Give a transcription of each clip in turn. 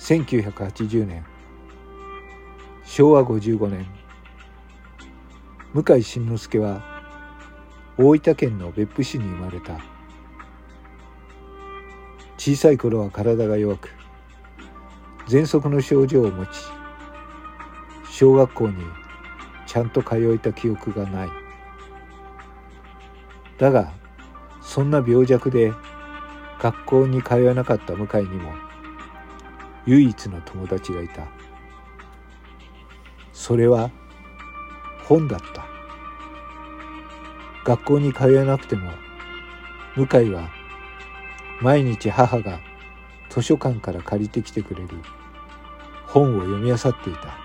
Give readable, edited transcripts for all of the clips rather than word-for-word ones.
1980年、昭和55年、向井新之助は大分県の別府市に生まれた。小さい頃は体が弱く、喘息の症状を持ち、小学校にちゃんと通えた記憶がない。だが、そんな病弱で学校に通えなかった向井にも唯一の友達がいた。それは本だった。学校に通えなくても向井は毎日母が図書館から借りてきてくれる本を読み漁っていた。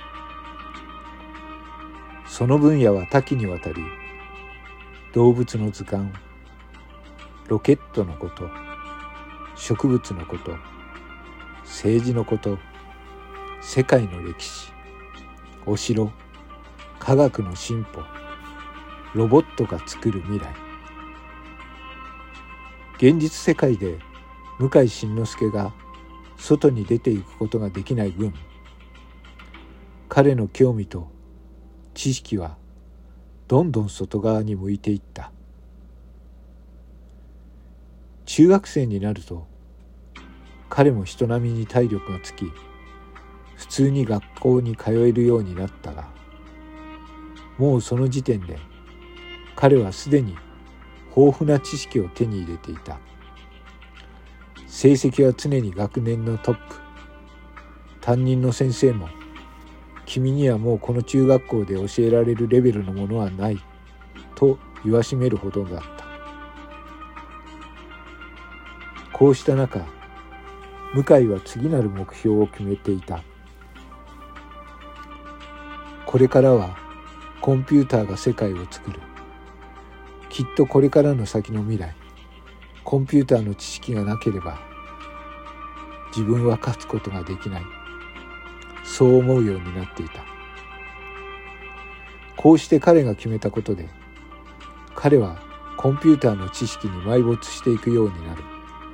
その分野は多岐にわたり、動物の図鑑、ロケットのこと、植物のこと、政治のこと、世界の歴史、お城、科学の進歩、ロボットが作る未来。現実世界で向井新之助が外に出ていくことができない分、彼の興味と知識はどんどん外側に向いていった。中学生になると彼も人並みに体力がつき、普通に学校に通えるようになったが、もうその時点で彼はすでに豊富な知識を手に入れていた。成績は常に学年のトップ。担任の先生も、君にはもうこの中学校で教えられるレベルのものはないと言わしめるほどだった。こうした中、向井は次なる目標を決めていた。これからはコンピューターが世界を作る。きっとこれからの先の未来、コンピューターの知識がなければ自分は勝つことができない。そう思うようになっていた。こうして彼が決めたことで、彼はコンピューターの知識に埋没していくようになる。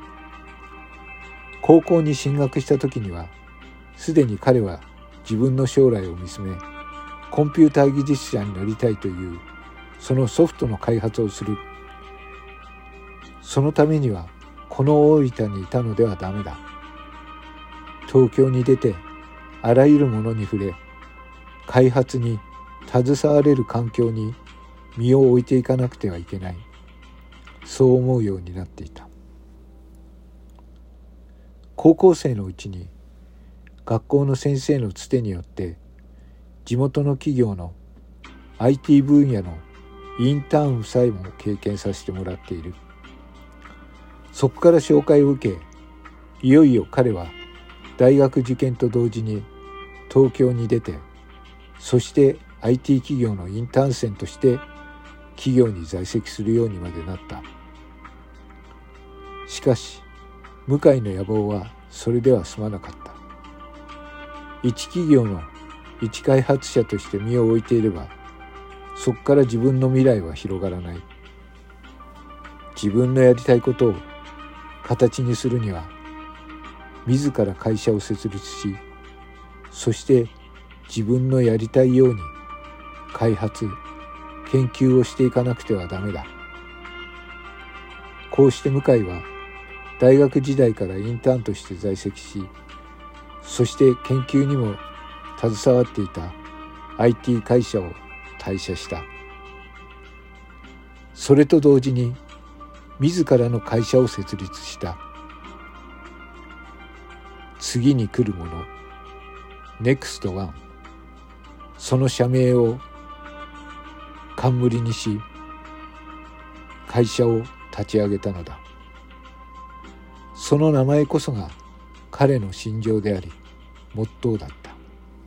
高校に進学した時には、すでに彼は自分の将来を見つめ、コンピューター技術者になりたいというそのソフトの開発をする。そのためにはこの大分にいたのではダメだ。東京に出てあらゆるものに触れ、開発に携われる環境に身を置いていかなくてはいけない。そう思うようになっていた。高校生のうちに学校の先生のつてによって地元の企業の IT 分野のインターンさえも経験させてもらっている。そこから紹介を受け、いよいよ彼は大学受験と同時に東京に出て、そして IT 企業のインターン生として企業に在籍するようにまでなった。しかし向井の野望はそれでは済まなかった。一企業の一開発者として身を置いていれば、そこから自分の未来は広がらない。自分のやりたいことを形にするには、自ら会社を設立し、そして自分のやりたいように開発、研究をしていかなくてはダメだ。こうして向井は大学時代からインターンとして在籍し、そして研究にも携わっていた IT 会社を退社した。それと同時に自らの会社を設立した。次に来るもの、NEXT ONE、その社名を冠にし、会社を立ち上げたのだ。その名前こそが彼の信条であり、モットーだった。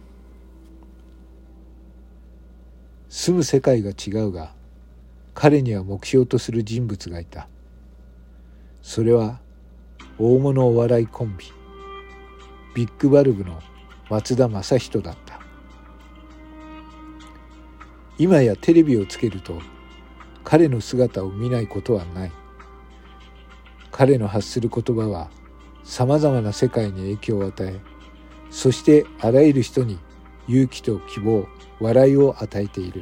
住む世界が違うが、彼には目標とする人物がいた。それは大物お笑いコンビ、ビッグバルブの松田正人だった。今やテレビをつけると彼の姿を見ないことはない。彼の発する言葉はさまざまな世界に影響を与え、 そしてあらゆる人に勇気と希望、笑いを与えている。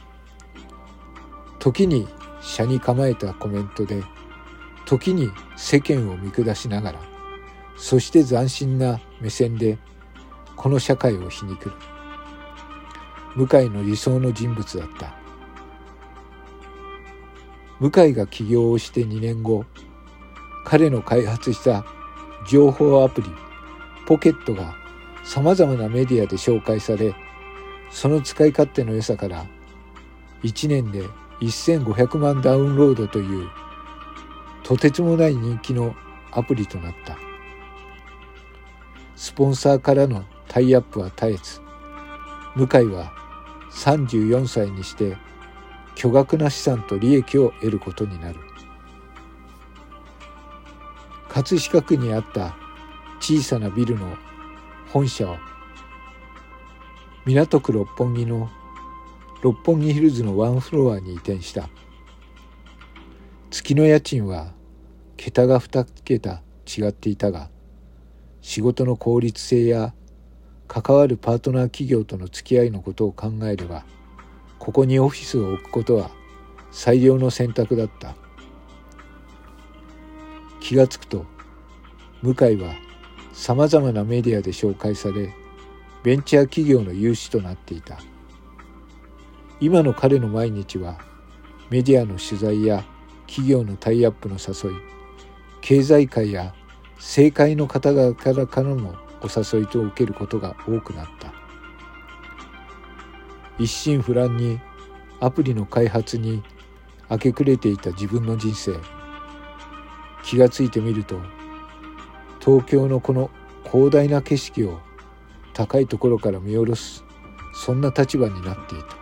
時に斜に構えたコメントで、時に世間を見下しながら、そして斬新な目線でこの社会を皮肉る。向井の理想の人物だった。向井が起業をして2年後、彼の開発した情報アプリポケットがさまざまなメディアで紹介され、その使い勝手の良さから1年で1500万ダウンロードというとてつもない人気のアプリとなった。スポンサーからのタイアップは絶えず、向井は34歳にして巨額な資産と利益を得ることになる。葛飾区にあった小さなビルの本社を港区六本木の六本木ヒルズのワンフロアに移転した。月の家賃は桁が2桁違っていたが、仕事の効率性や関わるパートナー企業との付き合いのことを考えれば、ここにオフィスを置くことは最良の選択だった。気がつくと、向井はさまざまなメディアで紹介され、ベンチャー企業の有志となっていた。今の彼の毎日は、メディアの取材や企業のタイアップの誘い、経済界や政界の方々からのお誘いと受けることが多くなった。一心不乱にアプリの開発に明け暮れていた自分の人生。気がついてみると、東京のこの広大な景色を高いところから見下ろす、そんな立場になっていた。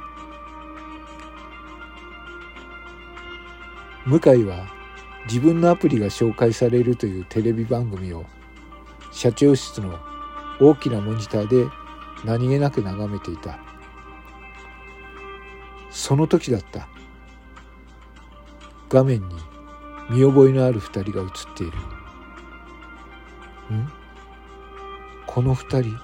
向井は自分のアプリが紹介されるというテレビ番組を社長室の大きなモニターで何気なく眺めていた。その時だった。画面に見覚えのある二人が映っている。この二人。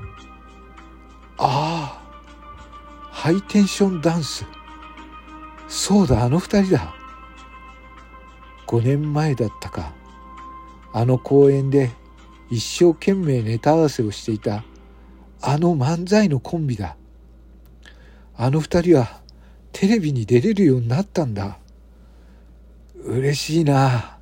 ああ、ハイテンションダンス。そうだ、あの二人だ。5年前だったか。あの公園で一生懸命ネタ合わせをしていたあの漫才のコンビだ。あの二人はテレビに出れるようになったんだ。嬉しいな。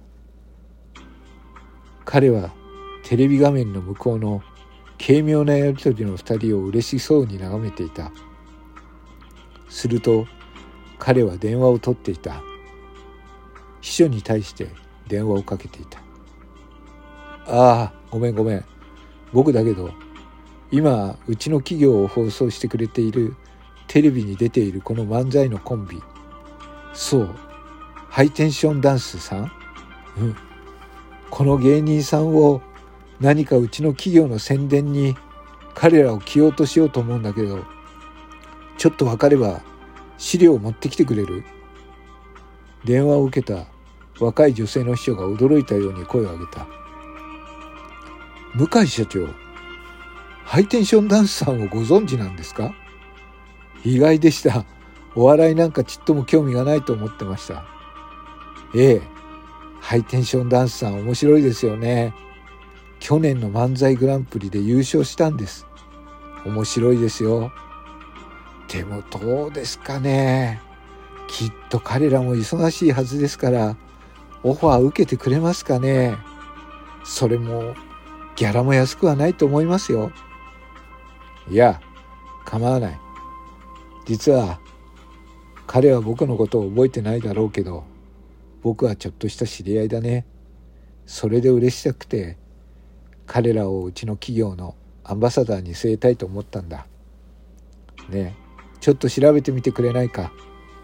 彼はテレビ画面の向こうの軽妙なやりとりの二人を嬉しそうに眺めていた。すると彼は電話を取っていた。秘書に対して電話をかけていた。ああ、ごめん。僕だけど、今うちの企業を放送してくれているテレビに出ているこの漫才のコンビ。そう、ハイテンションダンスさん？この芸人さんを何かうちの企業の宣伝に彼らを起用としようと思うんだけど、ちょっと分かれば資料を持ってきてくれる？電話を受けた若い女性の秘書が驚いたように声を上げた。向井社長、ハイテンションダンスさんをご存知なんですか？意外でした。お笑いなんかちっとも興味がないと思ってました。ええ、ハイテンションダンスさん面白いですよね。去年の漫才グランプリで優勝したんです。面白いですよ。でもどうですかね。きっと彼らも忙しいはずですから、オファー受けてくれますかね。それもギャラも安くはないと思いますよ。いや、構わない。実は彼は僕のことを覚えてないだろうけど、僕はちょっとした知り合いだね。それで嬉しくて彼らをうちの企業のアンバサダーに据えたいと思ったんだ。ねえ、ちょっと調べてみてくれないか。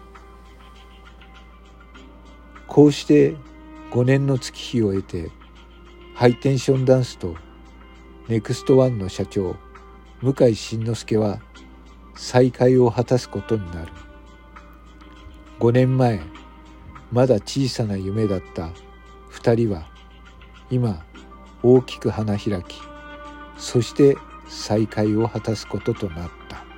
こうして5年の月日を経て、ハイテンションダンスとネクストワンの社長向井慎之介は再会を果たすことになる。5年前、まだ小さな夢だった2人は今大きく花開き、そして再会を果たすこととなった。